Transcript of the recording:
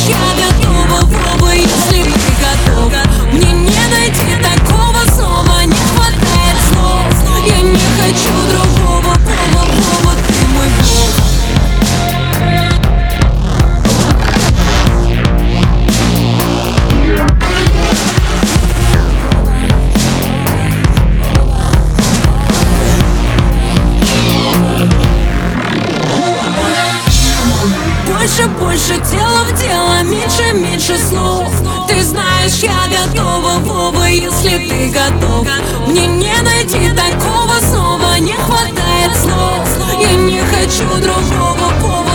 я готова, Вова, если ты готов. Мне не найти такого снова, не хватает слов. Я не хочу другого, Вова, Вова, ты мой бог. Больше тела в дело, меньше слов. Ты знаешь, я готова, Вова, если ты готов. Мне не найти такого снова, не хватает слов. Я не хочу другого, Вова.